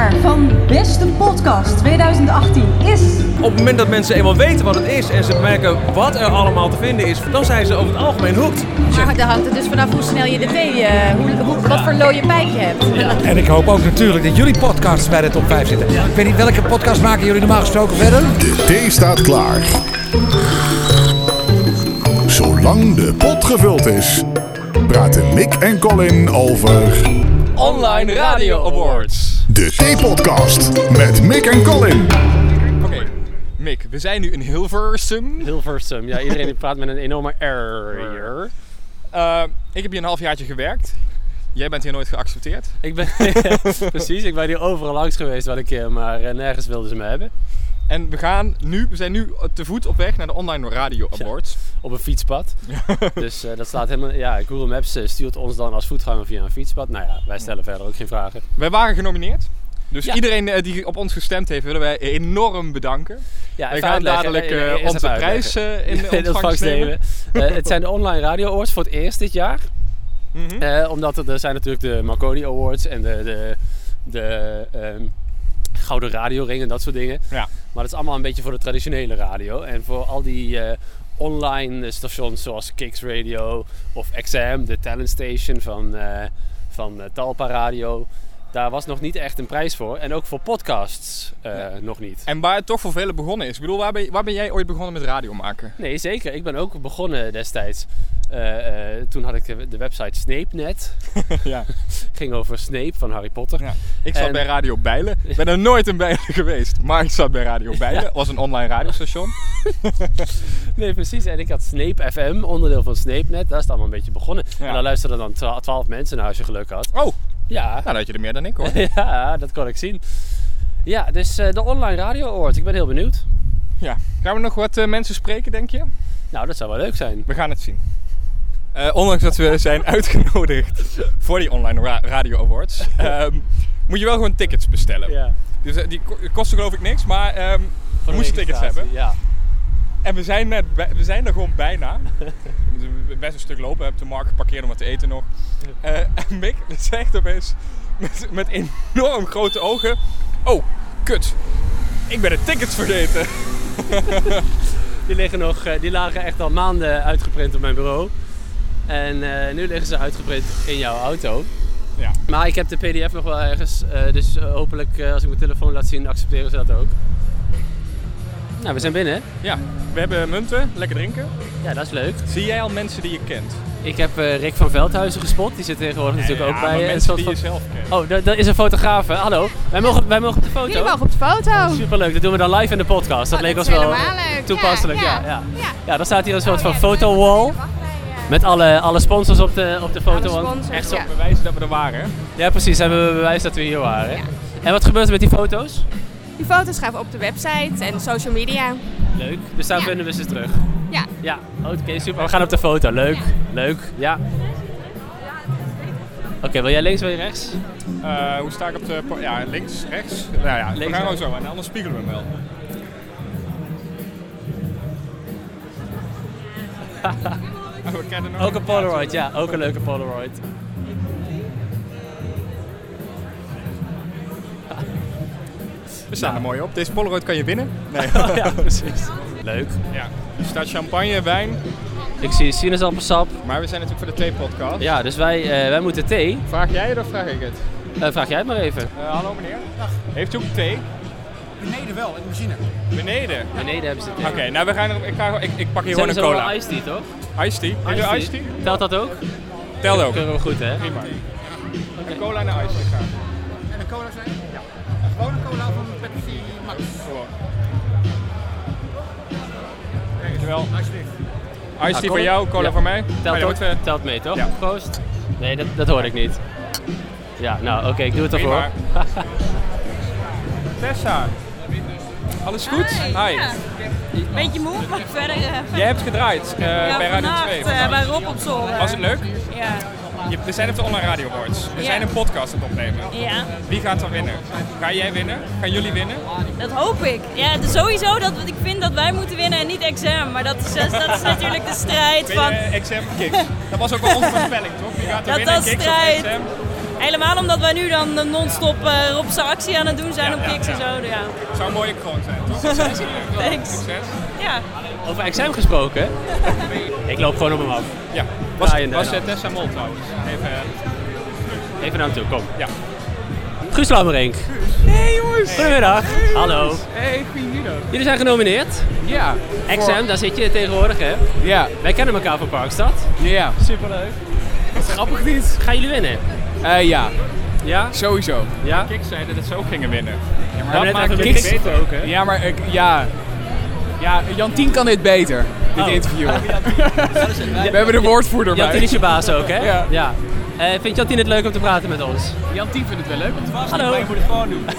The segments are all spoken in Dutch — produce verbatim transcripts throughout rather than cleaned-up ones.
winnaar van Beste Podcast tweeduizend achttien is... Op het moment dat mensen eenmaal weten wat het is en ze merken wat er allemaal te vinden is, dan zijn ze over het algemeen hooked. Maar daar hangt het dus vanaf hoe snel je de thee, uh, hoe, hoe, wat voor looie pijp je hebt. Ja. En ik hoop ook natuurlijk dat jullie podcasts bij de top vijf zitten. Ik weet niet, welke podcast maken jullie normaal gesproken verder? De thee staat klaar. Zolang de pot gevuld is, praten Mick en Colin over... Online Radio Awards. De Thee-podcast met Mick en Colin. Oké, okay, Mick, we zijn nu in Hilversum. Hilversum, ja, iedereen praat met een enorme R hier. Uh, ik heb hier een halfjaartje gewerkt. Jij bent hier nooit geaccepteerd. Ik ben, precies, ik ben hier overal langs geweest wel een keer, maar uh, nergens wilden ze me hebben. En we gaan nu, we zijn nu te voet op weg naar de Online Radio Awards. Ja, op een fietspad. Dus uh, dat staat helemaal, ja, Google Maps stuurt ons dan als voetganger via een fietspad. Nou ja, wij stellen verder ook geen vragen. Wij waren genomineerd. Dus ja. iedereen uh, die op ons gestemd heeft, willen wij enorm bedanken. Ja, wij gaan dadelijk uh, onze uitleggen. prijs uh, in de ontvangst, ontvangst nemen. nemen. uh, het zijn de Online Radio Awards voor het eerst dit jaar. Mm-hmm. Uh, omdat er, er zijn natuurlijk de Marconi Awards en de... de, de um, Gouden radioring en dat soort dingen. Ja. Maar dat is allemaal een beetje voor de traditionele radio. En voor al die uh, online stations zoals Kicks Radio of X M, de talent station van, uh, van uh, Talpa Radio. Daar was nog niet echt een prijs voor. En ook voor podcasts uh, ja. nog niet. En waar het toch voor velen begonnen is. Ik bedoel, waar ben, waar ben jij ooit begonnen met radio maken? Nee, zeker. Ik ben ook begonnen destijds. Uh, uh, toen had ik de website SnapeNet. Ja. Ging over Snape van Harry Potter. Ja. Ik zat en... bij Radio Bijlen. Ik ben er nooit in Bijlen geweest. Maar ik zat bij Radio Bijlen. Ja. Was een online radiostation. Nee, precies. En ik had Snape F M, onderdeel van SnapeNet. Daar is het allemaal een beetje begonnen. Ja. En daar luisterden dan twaalf mensen naar als je geluk had. Oh! Ja. Nou, dan had je er meer dan ik hoor. Ja, dat kon ik zien. Ja, dus uh, de Online Radio Awards. Ik ben heel benieuwd. Ja. Gaan we nog wat uh, mensen spreken, denk je? Nou, dat zou wel leuk zijn. We gaan het zien. Uh, ondanks dat we zijn uitgenodigd voor die Online ra- Radio Awards, um, moet je wel gewoon tickets bestellen. Ja. Dus uh, die kosten geloof ik niks, maar um, we moesten tickets hebben. Ja. En we zijn, net bij, we zijn er gewoon bijna. Dus best een stuk lopen, we hebben de markt geparkeerd om wat te eten nog. Uh, en Mick zegt opeens met, met enorm grote ogen: oh, kut, ik ben de tickets vergeten. Die, liggen nog, die lagen echt al maanden uitgeprint op mijn bureau. En uh, nu liggen ze uitgeprint in jouw auto. Ja. Maar ik heb de pdf nog wel ergens. Uh, dus uh, hopelijk uh, als ik mijn telefoon laat zien, accepteren ze dat ook. Nou, we zijn binnen. Ja, we hebben munten, lekker drinken. Ja, dat is leuk. Zie jij al mensen die je kent? Ik heb uh, Rick van Veldhuizen gespot. Die zit tegenwoordig nee, natuurlijk ja, ook bij... Ja, mensen die van... je zelf kent. Oh, dat, dat is een fotograaf. Hè? Hallo. Wij mogen, wij mogen op de foto. Jullie mogen op de foto. Oh, superleuk. Dat doen we dan live in de podcast. Dat oh, leek dat ons wel leuk. toepasselijk. Ja, ja. Ja, ja. ja. ja, dan staat hier een soort oh, van ja, fotowall. Met alle, alle sponsors op de, op de foto. Sponsors, echt zo ja. bewijzen dat we er waren. Ja, precies. Hebben we bewijs dat we hier waren. Ja. En wat gebeurt er met die foto's? Die foto's gaan we op de website en social media. Leuk. Dus daar ja. vinden we ze terug. Ja. Ja, oké, okay, super. We gaan op de foto. Leuk. Ja. Leuk. Ja. Oké, okay, wil jij links, wil je rechts? Uh, hoe sta ik op de... Po- ja, links, rechts. Nou ja, links, we gaan gewoon zo. En anders spiegelen we hem wel. oh, ook een Polaroid, ja. Ook een leuke Polaroid. We staan nou. er mooi op. Deze Polaroid kan je winnen. Nee. Oh, ja, precies. Leuk. Ja. Er staat champagne, wijn. Ik zie sinaasappelsap. Maar we zijn natuurlijk voor de thee-podcast. Ja, dus wij, uh, wij moeten thee. Vraag jij het of vraag ik het? Uh, vraag jij het maar even. Uh, hallo meneer. Dag. Heeft u ook thee? Beneden wel, in de machine. Beneden? Beneden hebben ze thee. Oké, okay, nou we gaan er, ik, ga, ik, ik pak hier Zijn gewoon een cola. Zijn iced tea, toch? Iced tea? Heb je iced tea? Telt dat ook? Telt ook. Keuren we goed, hè? Prima. Okay. Een cola en een iced tea graag. En een cola zijn? Ja. Een gewone cola van Pepsi Max. Gewoon. Dankjewel. Alsjeblieft. Iced tea ah, voor jou, cola ja. voor mij. Telt, ook, uh... telt mee, toch? Ja. Proost. Nee, dat, dat hoor ik niet. Ja, nou oké, okay, ik doe het ervoor. Tessa. Alles goed? Hi. Hi. Ja. Beetje moe, maar verder... Uh, Jij hebt gedraaid uh, ja, bij Radio twee. Uh, bij Rob op zolder. Was het leuk? Ja. Je, we zijn op de Online Radio Awards. We ja. zijn een podcast aan het opnemen. Ja. Wie gaat er winnen? Ga jij winnen? Gaan jullie winnen? Dat hoop ik. Ja, dus sowieso dat ik vind dat wij moeten winnen en niet X M. Maar dat is, dat is natuurlijk de strijd ben van... je X M Kicks? Dat was ook wel onze voorspelling, toch? Wie gaat er dat winnen? Dat Kicks strijd. of X M? Helemaal omdat wij nu dan uh, non-stop uh, Robse actie aan het doen zijn Ja, op ja, Kicks ja. en zo. Ja. Het zou een mooie kroon zijn, toch? Thanks. Succes. Ja. Over examen gesproken. Ik loop gewoon op hem af. Ja. Was, Draaiende was en uh, al. Tessa Mol trouwens. Even, uh, Even naar hem toe, kom. ja. Guus Lammerink. Hey jongens! Goedemiddag. Hallo. Hey, goedemiddag. Jullie zijn genomineerd. Ja. Exam, daar zit je tegenwoordig hè. Ja. Wij kennen elkaar van Parkstad. Ja. Superleuk. Grappig niet. Gaan jullie winnen? Uh, ja. Ja? Sowieso. Ja? Kiks zeiden dat ze ook gingen winnen. Ja, We hebben net even Kiks- Kiks weten ook hè. Ja, maar ik, ja. Ja, Jantien kan dit beter, dit Oh. interview. We hebben de woordvoerder bij. Jantien is je baas ook hè? Ja. ja. Uh, vindt Jantien het leuk om te praten met ons? Jantien vindt het wel leuk om te wachten, Hallo. maar je moet het gewoon doen.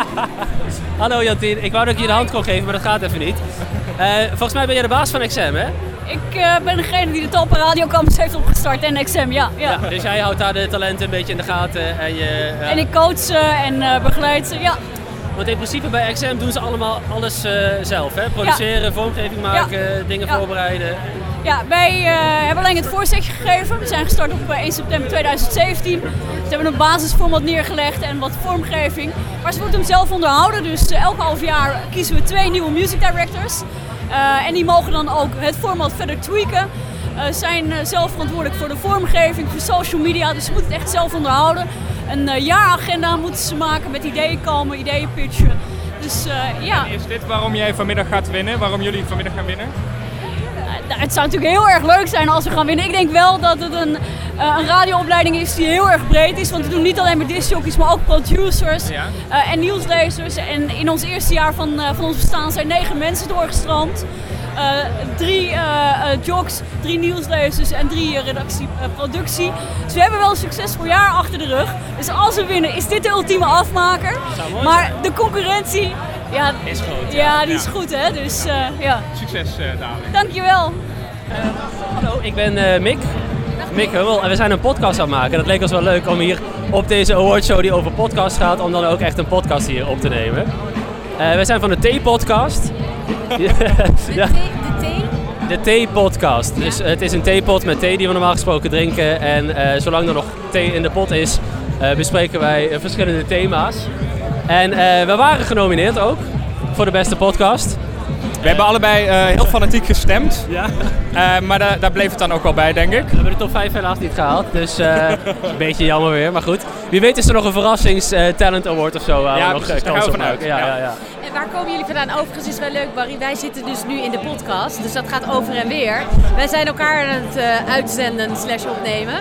Hallo Jantien, ik wou dat ik je de hand kon geven, maar dat gaat even niet. Uh, volgens mij ben jij de baas van Exam hè? Ik uh, ben degene die de Talpa Radio Campus heeft opgestart en X M, ja. ja. Ja, dus jij houdt daar de talenten een beetje in de gaten en je... Uh, En ik coach ze en uh, begeleid ze, ja. Want in principe bij Exam doen ze allemaal alles uh, zelf, hè? Produceren, ja. vormgeving maken, ja. dingen ja. voorbereiden. Ja, wij uh, hebben alleen het voorzetje gegeven. We zijn gestart op uh, één september tweeduizend zeventien. Ze hebben een basisformat neergelegd en wat vormgeving. Maar ze moeten hem zelf onderhouden, dus uh, elke half jaar kiezen we twee nieuwe music directors. Uh, en die mogen dan ook het format verder tweaken. Ze uh, zijn uh, zelf verantwoordelijk voor de vormgeving, voor social media, dus ze moeten het echt zelf onderhouden. Een uh, jaaragenda moeten ze maken met ideeën komen, ideeën pitchen. Dus uh, ja. En is dit waarom jij vanmiddag gaat winnen? Waarom jullie vanmiddag gaan winnen? Uh, het zou natuurlijk heel erg leuk zijn als we gaan winnen. Ik denk wel dat het een, uh, een radioopleiding is die heel erg breed is. Want we doen niet alleen maar discjockeys, maar ook producers ja. uh, en nieuwslezers. En in ons eerste jaar van, uh, van ons bestaan zijn negen mensen doorgestrand. Uh, drie uh, uh, jocks, drie nieuwslezers en drie uh, redactie, uh, productie. Dus we hebben wel een succesvol jaar achter de rug. Dus als we winnen is dit de ultieme afmaker. Maar de concurrentie ja, is groot. Ja, ja. die ja. is goed hè. Dus, uh, ja. Succes uh, dadelijk. Dankjewel. Uh, hallo, ik ben uh, Mick. Mick Hummel en we zijn een podcast aan het maken. Dat leek ons wel leuk om hier op deze awardshow die over podcast gaat, om dan ook echt een podcast hier op te nemen. Uh, wij zijn van de T-podcast. De ja. thee? De thee-podcast. Dus uh, het is een theepot met thee die we normaal gesproken drinken. En uh, zolang er nog thee in de pot is, uh, bespreken wij uh, verschillende thema's. En uh, we waren genomineerd ook voor de beste podcast. We hebben allebei uh, heel fanatiek gestemd. Ja. Uh, maar da- daar bleef het dan ook wel bij, denk ik. We hebben de top vijf helaas niet gehaald. Dus uh, een beetje jammer weer, maar goed. Wie weet is er nog een verrassings uh, talent award of zo. Waar ja, we nog precies, uh, daar gaan kans we op vanuit. maken. Ja, Ja. ja, ja. En waar komen jullie vandaan? Overigens is wel leuk, Barry. Wij zitten dus nu in de podcast, dus dat gaat over en weer. Wij zijn elkaar aan het uh, uitzenden slash opnemen.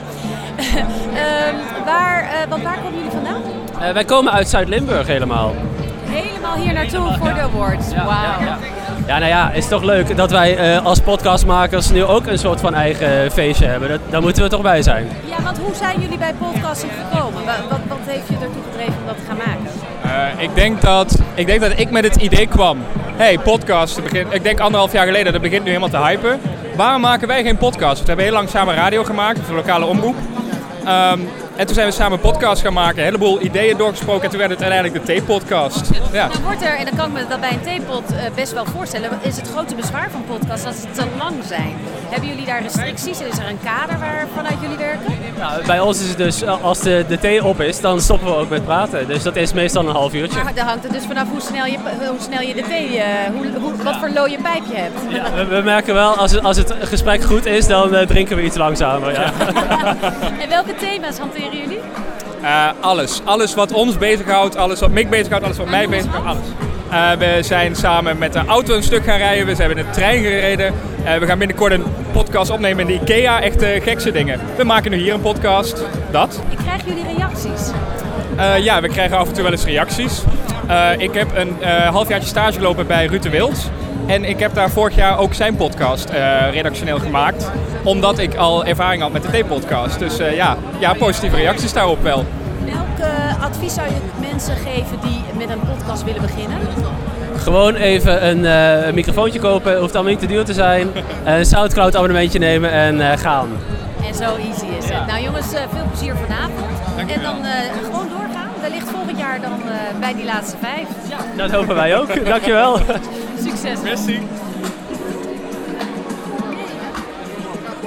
um, waar, uh, want waar komen jullie vandaan? Uh, wij komen uit Zuid-Limburg helemaal. Helemaal hier naartoe voor de awards. Ja, Wauw. ja, ja. Ja, nou ja, het is toch leuk dat wij uh, als podcastmakers nu ook een soort van eigen feestje hebben. Dat, daar moeten we toch bij zijn. Ja, want hoe zijn jullie bij podcasting gekomen? Wat, wat, wat heeft je ertoe gedreven om dat te gaan maken? Uh, ik, denk dat, ik denk dat ik met het idee kwam. Hey, podcast. Begin, ik denk anderhalf jaar geleden, dat begint nu helemaal te hypen. Waarom maken wij geen podcast? We hebben heel lang samen radio gemaakt, voor de lokale omroep. Um, en toen zijn we samen een podcast gaan maken, een heleboel ideeën doorgesproken en toen werd het uiteindelijk de T-podcast. Ja. Nou wordt er, en dan kan ik me dat bij een theepot uh, best wel voorstellen, is het grote bezwaar van podcasts dat ze te lang zijn. Hebben jullie daar restricties? Is er een kader waar vanuit jullie werken? Nou, bij ons is het dus, als de, de thee op is, dan stoppen we ook met praten. Dus dat is meestal een half uurtje. Maar daar hangt het dus vanaf hoe snel je, hoe snel je de thee, uh, hoe, hoe, wat voor looie pijp je hebt. Ja, we, we merken wel, als het, als het gesprek goed is, dan uh, drinken we iets langzamer. Ja. En welke thema's hanteren jullie? Uh, alles. Alles wat ons bezighoudt, alles wat Mick bezighoudt, alles wat mij bezighoudt, alles. Uh, we zijn samen met de auto een stuk gaan rijden, we zijn met de trein gereden. Uh, we gaan binnenkort een podcast opnemen in de IKEA, echt uh, gekste dingen. We maken nu hier een podcast, dat. En krijgen jullie reacties? Uh, ja, we krijgen af en toe wel eens reacties. Uh, ik heb een uh, halfjaartje stage gelopen bij Ruud de Wild. En ik heb daar vorig jaar ook zijn podcast uh, redactioneel gemaakt. Omdat ik al ervaring had met de T-podcast. Dus uh, ja, ja, positieve reacties daarop wel. Welk uh, advies zou je mensen geven die met een podcast willen beginnen? Gewoon even een, uh, een microfoontje kopen, hoeft allemaal niet te duur te zijn. Een Soundcloud abonnementje nemen en uh, gaan. En zo easy is het. Nou jongens, uh, veel plezier vanavond. En dan uh, gewoon doorgaan. Wellicht volgend jaar dan uh, bij die laatste vijf. Ja, dat hopen wij ook. Dankjewel. Succes. Merci.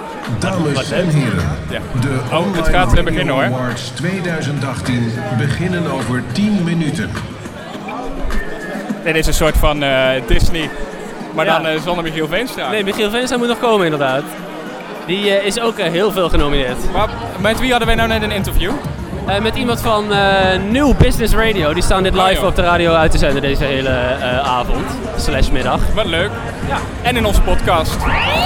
Dames en heren, Ja. de Oh, Online het gaat, we Radio beginnen, hoor. Awards tweeduizend achttien beginnen over tien minuten. Dit is een soort van uh, Disney, maar Ja. dan uh, zonder Michiel Veenstra. Nee, Michiel Veenstra moet nog komen inderdaad. Die uh, is ook uh, heel veel genomineerd. Maar met wie hadden wij nou net een interview? Uh, met iemand van uh, New Business Radio. Die staan dit live Oh, joh. op de radio uit te zenden deze hele uh, avond. Slash middag. Wat leuk. Ja. En in onze podcast.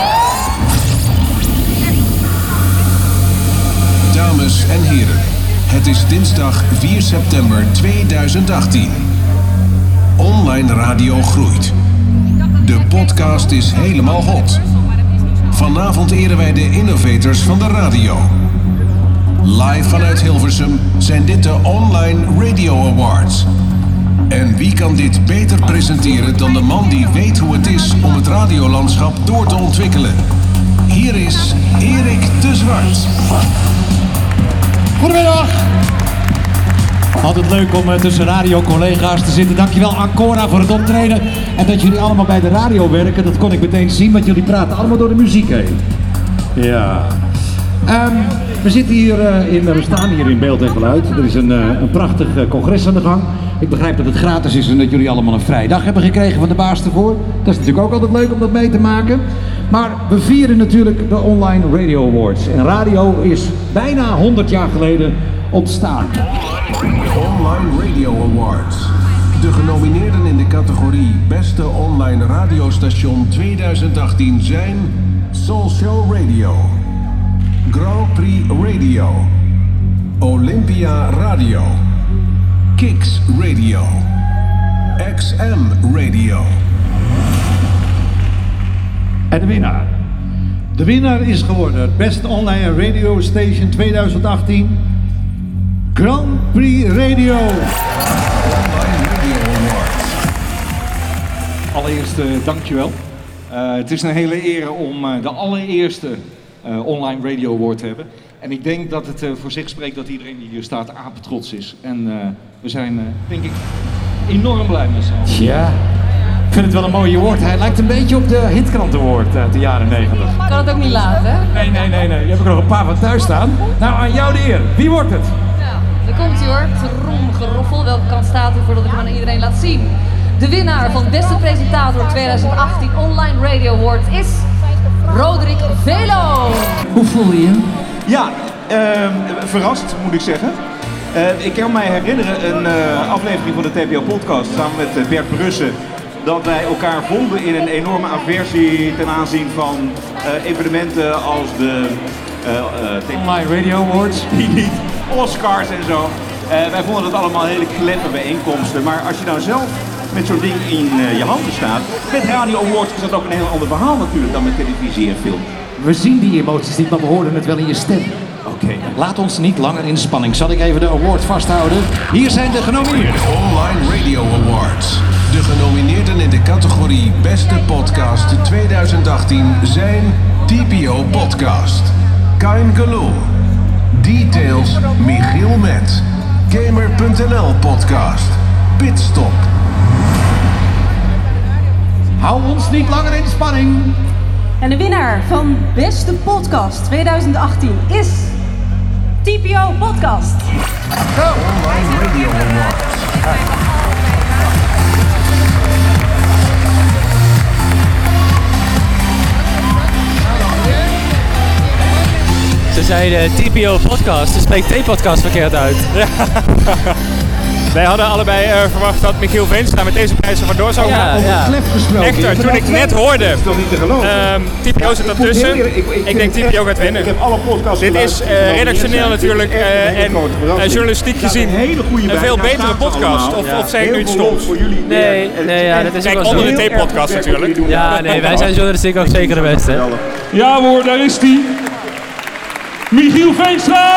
Dames en heren, het is dinsdag vier september tweeduizend achttien. Online radio groeit. De podcast is helemaal hot. Vanavond eren wij de innovators van de radio. Live vanuit Hilversum zijn dit de Online Radio Awards. En wie kan dit beter presenteren dan de man die weet hoe het is om het radiolandschap door te ontwikkelen? Hier is Erik de Zwart. Goedemiddag. Altijd leuk om uh, tussen radiocollega's te zitten. Dankjewel Ancora voor het optreden. En dat jullie allemaal bij de radio werken, dat kon ik meteen zien, want jullie praten allemaal door de muziek heen. Ja. Um, we zitten hier uh, in, we staan hier in Beeld en Geluid. Er is een, uh, een prachtig uh, congres aan de gang. Ik begrijp dat het gratis is en dat jullie allemaal een vrije dag hebben gekregen van de baas ervoor. Dat is natuurlijk ook altijd leuk om dat mee te maken. Maar we vieren natuurlijk de Online Radio Awards. En radio is bijna honderd jaar geleden ontstaan. Online Radio Awards. De genomineerden in de categorie Beste Online Radiostation tweeduizend achttien zijn Soulshow Radio, Grand Prix Radio, Olympia Radio, Kicks Radio, X M Radio. En de winnaar. De winnaar is geworden Best Online Radio Station tweeduizend achttien. Grand Prix Radio. Allereerst uh, dankjewel. Uh, het is een hele eer om uh, de allereerste uh, Online Radio Award te hebben. En ik denk dat het uh, voor zich spreekt dat iedereen die hier staat apetrots is. En uh, we zijn, uh, denk ik, enorm blij met z'n allen. Ja, ik vind het wel een mooie award. Hij lijkt een beetje op de Hitkrant Award uit de jaren negentig. Kan het ook niet laten, hè? Nee, nee, nee, nee. Je hebt er nog een paar van thuis staan. Nou, aan jou de eer. Wie wordt het? Daar komt hij hoor. Tromgeroffel. Welke kant staat hij voordat ik hem aan iedereen laat zien? De winnaar van Beste Presentator tweeduizend achttien Online Radio Award is Roderick Velo. Hoe voel je je? Ja, uh, verrast moet ik zeggen. Uh, ik kan mij herinneren een uh, aflevering van de T P O-podcast samen met uh, Bert Brussen. Dat wij elkaar vonden in een enorme aversie ten aanzien van uh, evenementen als de uh, uh, Online Radio Awards. Die niet, Oscars en zo. Uh, wij vonden dat allemaal hele kleffe bijeenkomsten. Maar als je nou zelf met zo'n ding in uh, je handen staat, met Radio Awards is dat ook een heel ander verhaal natuurlijk dan met televisie en film. We zien die emoties niet, maar we horen het wel in je stem. Oké, okay. Laat ons niet langer in spanning. Zal ik even de award vasthouden? Hier zijn de genomineerden. De Online Radio Awards. De genomineerden in de categorie Beste Podcast tweeduizend achttien zijn T P O Podcast, Kain Galoo, Details, Michiel Met, Gamer punt n l Podcast, Pitstop. Hou ons niet langer in spanning. En de winnaar van Beste Podcast tweeduizend achttien is T P O Podcast. Go. Online Radio Awards. Ze zeiden T P O Podcast, dus spreekt T-podcast verkeerd uit. Ja. Wij hadden allebei uh, verwacht dat Michiel Veenstra met deze prijs er vandoor zou gaan. Ja, ja. Echter, toen ik net hoorde, Dat is toch niet te geloven? uh, T P O zit ertussen. Ik, ik, ik, ik denk T P O gaat winnen. Ik heb alle podcasts Dit is uh, redactioneel natuurlijk uh, en uh, journalistiek gezien een, hele goede een veel betere podcast. Of, ja. of zeg ik nu iets stoms? Nee, nee ja, dat is Kijk, ook wel onder zo. de T-podcast natuurlijk. Ja, nee, wij zijn journalistiek ook zeker de beste. Ja hoor, daar is hij. Michiel Veenstra!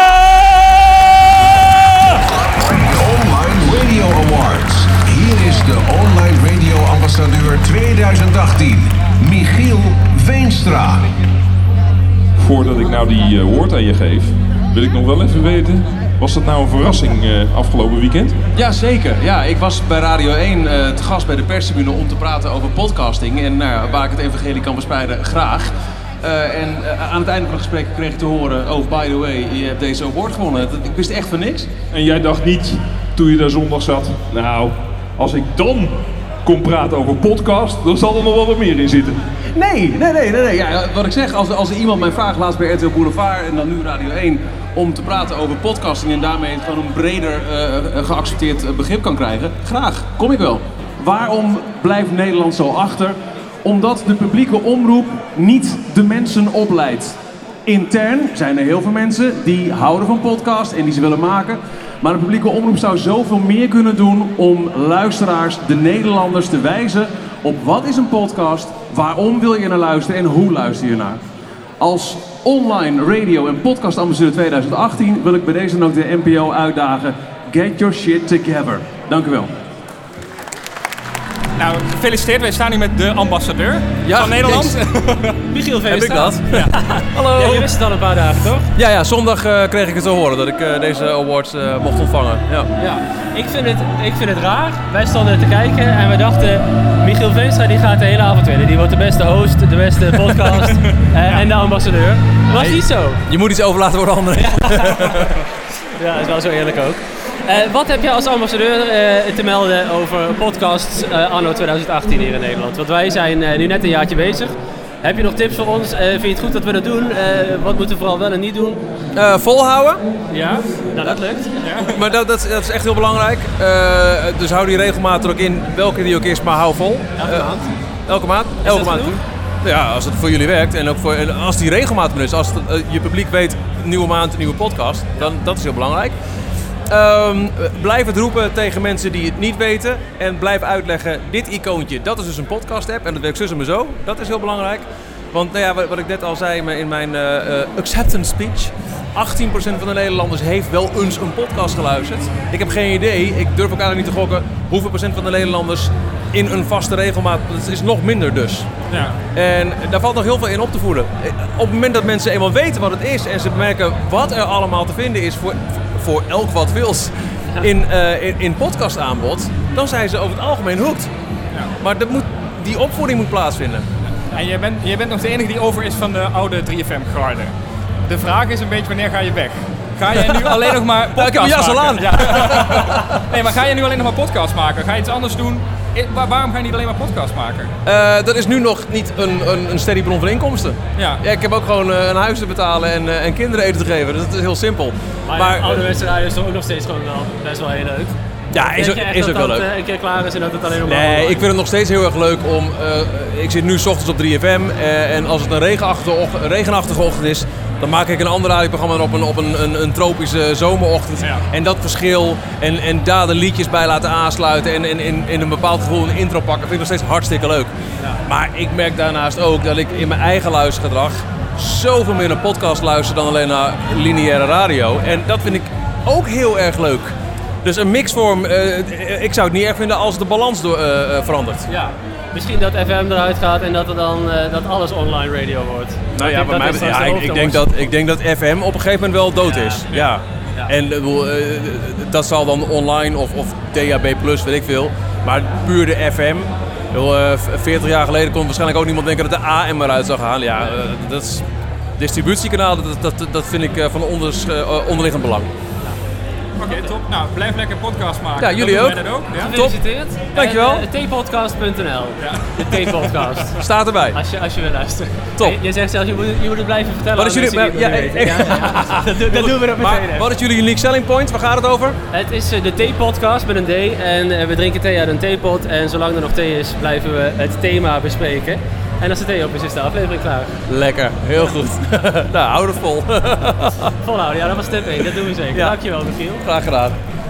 Online Radio Awards. Hier is de Online Radio Ambassadeur tweeduizend achttien, Michiel Veenstra. Voordat ik nou die uh, woord aan je geef, wil ik nog wel even weten, was dat nou een verrassing uh, afgelopen weekend? Ja, zeker. Ja, ik was bij Radio één uh, te gast bij de perstribune om te praten over podcasting. En nou, waar ik het evangelie kan verspreiden, graag. Uh, en uh, aan het einde van het gesprek kreeg ik te horen, oh by the way, je hebt deze award gewonnen. Ik wist echt van niks. En jij dacht niet, toen je daar zondag zat, nou, als ik dan kon praten over podcast, dan zal er nog wel wat meer in zitten. Nee, nee, nee, nee. nee. Ja, wat ik zeg, als, als iemand mij vraagt, laatst bij R T L Boulevard en dan nu Radio één, om te praten over podcasting en daarmee gewoon een breder uh, geaccepteerd begrip kan krijgen, graag, kom ik wel. Waarom blijft Nederland zo achter? Omdat de publieke omroep niet de mensen opleidt. Intern zijn er heel veel mensen die houden van podcast en die ze willen maken. Maar de publieke omroep zou zoveel meer kunnen doen om luisteraars, de Nederlanders, te wijzen op wat is een podcast, waarom wil je naar luisteren en hoe luister je naar. Als online radio en podcast ambassadeur tweeduizend achttien wil ik bij deze dan ook de N P O uitdagen. Get your shit together. Dank u wel. Nou, gefeliciteerd. Wij staan hier met de ambassadeur ja, van Nederland. Michiel Veenstra. Heb ik dat? Ja. Hallo. Ja, je wist het al een paar dagen, toch? Ja, ja zondag uh, kreeg ik het te horen dat ik uh, deze awards uh, mocht ontvangen. Ja. Ja. Ik, vind het, ik vind het raar. Wij stonden te kijken en we dachten, Michiel Veenstra die gaat de hele avond winnen. Die wordt de beste host, de beste podcast uh, ja. en de ambassadeur. Dat was hey, niet zo. Je moet iets overlaten voor de anderen. Ja, dat is wel zo eerlijk ook. Uh, wat heb je als ambassadeur uh, te melden over podcasts uh, anno tweeduizend achttien hier in Nederland? Want wij zijn uh, nu net een jaartje bezig. Heb je nog tips voor ons? Uh, vind je het goed dat we dat doen? Uh, wat moeten we vooral wel en niet doen? Uh, volhouden. Ja, nou dat lukt. Ja. Maar dat, dat, dat is echt heel belangrijk. Uh, dus hou die regelmaat er ook in, welke die ook is, maar hou vol. Elke uh, maand? Elke maand. Is elke dat maand. genoeg? Ja, als het voor jullie werkt en ook voor, als die regelmaat er is, als het, uh, je publiek weet, nieuwe maand, nieuwe podcast, dan dat is heel belangrijk. Um, blijf het roepen tegen mensen die het niet weten en blijf uitleggen, dit icoontje, dat is dus een podcast app en dat werkt zus en zo. Dat is heel belangrijk. Want nou ja, wat, wat ik net al zei in mijn uh, uh, acceptance speech, achttien procent van de Nederlanders heeft wel eens een podcast geluisterd. Ik heb geen idee, ik durf elkaar niet te gokken, hoeveel procent van de Nederlanders in een vaste regelmaat, dat is nog minder dus. Ja. En daar valt nog heel veel in op te voeden. Op het moment dat mensen eenmaal weten wat het is en ze merken wat er allemaal te vinden is voor, voor elk wat wils in, uh, in, in podcastaanbod, dan zijn ze over het algemeen hooked. Ja. Maar dat moet, die opvoeding moet plaatsvinden. En jij bent, jij bent nog de enige die over is van de oude drie F M-garde. De vraag is een beetje, wanneer ga je weg? Ga jij nu alleen nog maar podcasts maken? Ik heb een jas al aan. Ja. Nee, maar ga je nu alleen nog maar podcasts maken? Ga je iets anders doen? Waar, waarom ga je niet alleen maar podcasts maken? Uh, dat is nu nog niet een, een, een steady bron van inkomsten. Ja. Ja, ik heb ook gewoon uh, een huis te betalen en, uh, en kinderen eten te geven. Dus dat is heel simpel. Maar, maar ja, ouderwetse radio is toch ook nog steeds gewoon wel best wel heel leuk. Ja, is, ook, is ook wel leuk. Uh, een keer klaar is en dat het alleen nog maar... Nee, ik vind het nog steeds heel erg leuk om... Uh, ik zit nu 's ochtends op drie F M uh, en als het een regenachtige, och- regenachtige ochtend is, dan maak ik een ander radioprogramma op een, op een, een, een tropische zomerochtend. Ja. En dat verschil en, en daar de liedjes bij laten aansluiten en in, in, in een bepaald gevoel een intro pakken, vind ik nog steeds hartstikke leuk. Ja. Maar ik merk daarnaast ook dat ik in mijn eigen luistergedrag zoveel meer naar podcast luister dan alleen naar lineaire radio. En dat vind ik ook heel erg leuk. Dus een mixvorm, uh, ik zou het niet erg vinden als de balans door, uh, uh, verandert. Ja, misschien dat F M eruit gaat en dat, er dan, uh, dat alles online radio wordt. Nou ja, bij mij, ja ik, ik, denk dat, ik denk dat F M op een gegeven moment wel dood is. Ja. ja. ja. En uh, dat zal dan online of, of D A B plus, weet ik veel. Maar puur de F M, uh, veertig jaar geleden kon waarschijnlijk ook niemand denken dat de A M eruit zou gaan. Ja, uh, dat is distributiekanaal, dat, dat, dat vind ik uh, van onders, uh, onderliggend belang. Oké, okay, top. Nou, blijf lekker podcast maken. Ja, jullie ook. Dat ook. Ja? Gefeliciteerd. Dankjewel. Uh, t podcast punt n l. Ja. De T-podcast. Staat erbij. Als je, als je wil luisteren. Top. Je, je zegt zelfs, je moet, je moet het blijven vertellen. Wat is jullie... Maar, ja, ja, ja. dat, doen, dat doen we dan meteen. Maar, wat is jullie unique selling point? Waar gaat het over? Het is uh, de T-podcast met een D. En uh, we drinken thee uit een theepot. En zolang er nog thee is, blijven we het thema bespreken. En als de thee op is, is de aflevering klaar. Lekker, heel goed. Nou, hou het vol. Volhouden, ja, dat was step één. Dat doen we zeker. Ja. Dankjewel, Michiel. Graag gedaan.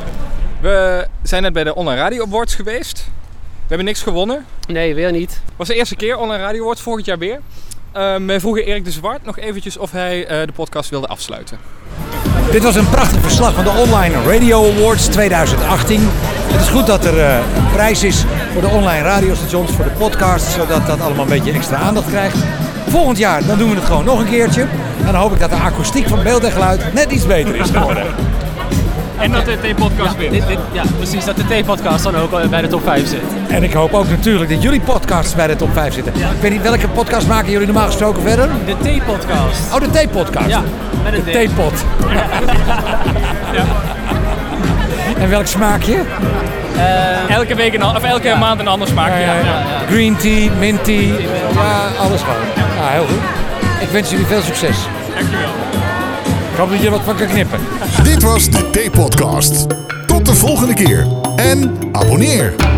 We zijn net bij de Online Radio Awards geweest. We hebben niks gewonnen. Nee, weer niet. Het was de eerste keer Online Radio Awards, volgend jaar weer. Um, wij vroegen Erik de Zwart nog eventjes of hij uh, de podcast wilde afsluiten. Dit was een prachtig verslag van de Online Radio Awards tweeduizend achttien. Het is goed dat er uh, een prijs is voor de online radiostations, voor de podcast, zodat dat allemaal een beetje extra aandacht krijgt. Volgend jaar dan doen we het gewoon nog een keertje. En dan hoop ik dat de akoestiek van beeld en geluid net iets beter is geworden. En dat de T-podcast ja, wint. Dit, dit, ja, precies. Dat de T-podcast dan ook bij de top vijf zit. En ik hoop ook natuurlijk dat jullie podcasts bij de top vijf zitten. Ja. Ik weet niet, welke podcast maken jullie normaal gesproken verder? De T-podcast. Oh, de T-podcast. Ja, met een de D. T-pot. Ja. Ja. En welk smaakje? Uh, elke week een, of elke ja. maand een ander smaakje. Ja, ja, ja. Ja. Green tea, mint tea, ja, alles gewoon. Ja, heel goed. Ik wens jullie veel succes. Dankjewel. Ik hoop dat je er wat van kan knippen. Dit was de T-podcast. Tot de volgende keer. En abonneer.